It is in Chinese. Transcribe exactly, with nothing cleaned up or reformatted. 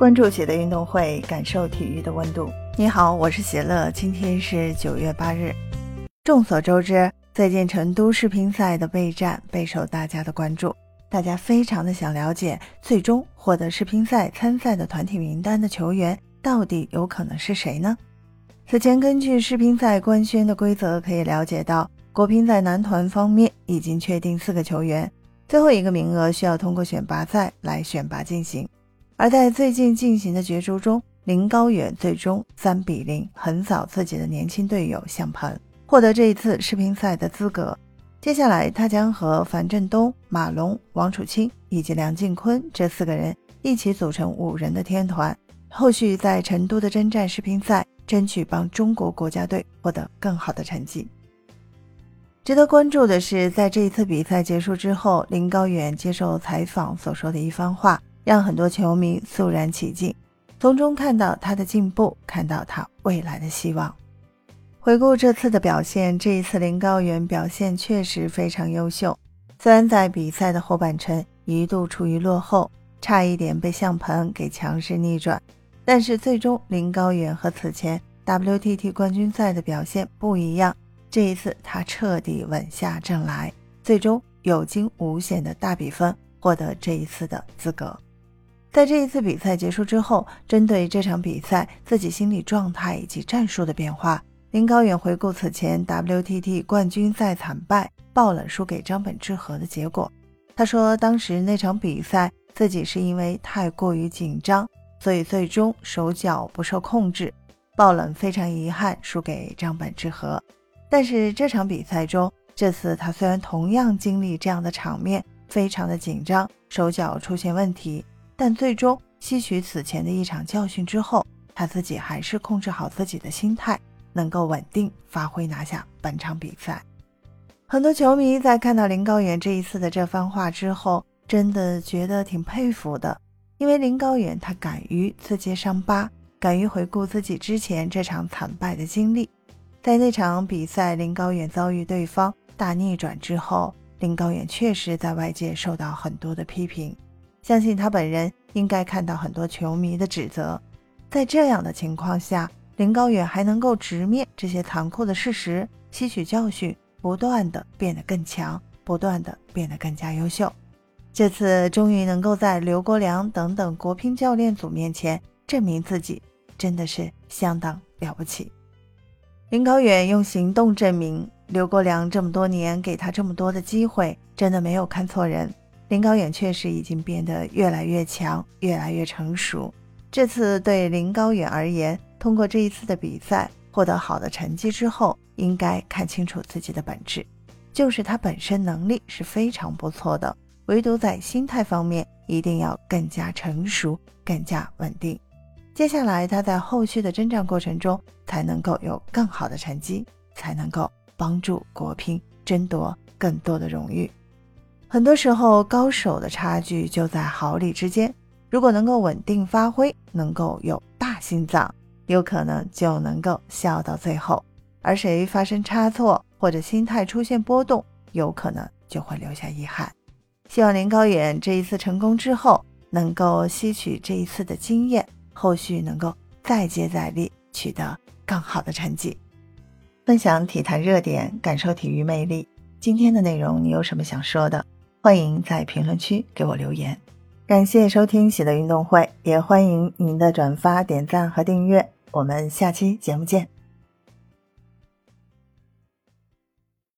关注喜乐运动会，感受体育的温度。你好，我是喜乐，今天是九月八日。众所周知，再见成都世乒赛的备战备受大家的关注，大家非常的想了解，最终获得世乒赛参赛的团体名单的球员到底有可能是谁呢？此前根据世乒赛官宣的规则可以了解到，国乒在男团方面已经确定四个球员，最后一个名额需要通过选拔赛来选拔进行。而在最近进行的角逐中，林高远最终三比零横扫自己的年轻队友向鹏，获得这一次世乒赛的资格。接下来他将和樊振东、马龙、王楚钦以及梁靖昆这四个人一起组成五人的天团，后续在成都的征战世乒赛争取帮中国国家队获得更好的成绩。值得关注的是，在这一次比赛结束之后，林高远接受采访所说的一番话，让很多球迷肃然起敬，从中看到他的进步，看到他未来的希望。回顾这次的表现，这一次林高远表现确实非常优秀，虽然在比赛的后半程一度处于落后，差一点被向鹏给强势逆转，但是最终林高远和此前 W T T 冠军赛的表现不一样，这一次他彻底稳下阵来，最终有惊无险的大比分获得这一次的资格。在这一次比赛结束之后，针对这场比赛自己心理状态以及战术的变化，林高远回顾此前 W T T 冠军赛惨败爆冷输给张本智和的结果。他说当时那场比赛自己是因为太过于紧张，所以最终手脚不受控制，爆冷非常遗憾输给张本智和。但是这场比赛中，这次他虽然同样经历这样的场面，非常的紧张，手脚出现问题，但最终吸取此前的一场教训之后，他自己还是控制好自己的心态，能够稳定发挥拿下本场比赛。很多球迷在看到林高远这一次的这番话之后，真的觉得挺佩服的，因为林高远他敢于自揭伤疤，敢于回顾自己之前这场惨败的经历。在那场比赛林高远遭遇对方大逆转之后，林高远确实在外界受到很多的批评，相信他本人应该看到很多球迷的指责。在这样的情况下，林高远还能够直面这些残酷的事实，吸取教训，不断的变得更强，不断的变得更加优秀。这次终于能够在刘国梁等等国乒教练组面前证明自己，真的是相当了不起。林高远用行动证明，刘国梁这么多年给他这么多的机会，真的没有看错人。林高远确实已经变得越来越强，越来越成熟。这次对林高远而言，通过这一次的比赛获得好的成绩之后，应该看清楚自己的本质，就是他本身能力是非常不错的，唯独在心态方面一定要更加成熟，更加稳定。接下来他在后续的征战过程中才能够有更好的成绩，才能够帮助国乒争夺更多的荣誉。很多时候高手的差距就在毫厘之间，如果能够稳定发挥，能够有大心脏，有可能就能够笑到最后，而谁发生差错或者心态出现波动，有可能就会留下遗憾。希望林高远这一次成功之后，能够吸取这一次的经验，后续能够再接再厉，取得更好的成绩。分享体坛热点，感受体育魅力。今天的内容你有什么想说的？欢迎在评论区给我留言。感谢收听喜乐运动会，也欢迎您的转发、点赞和订阅。我们下期节目见。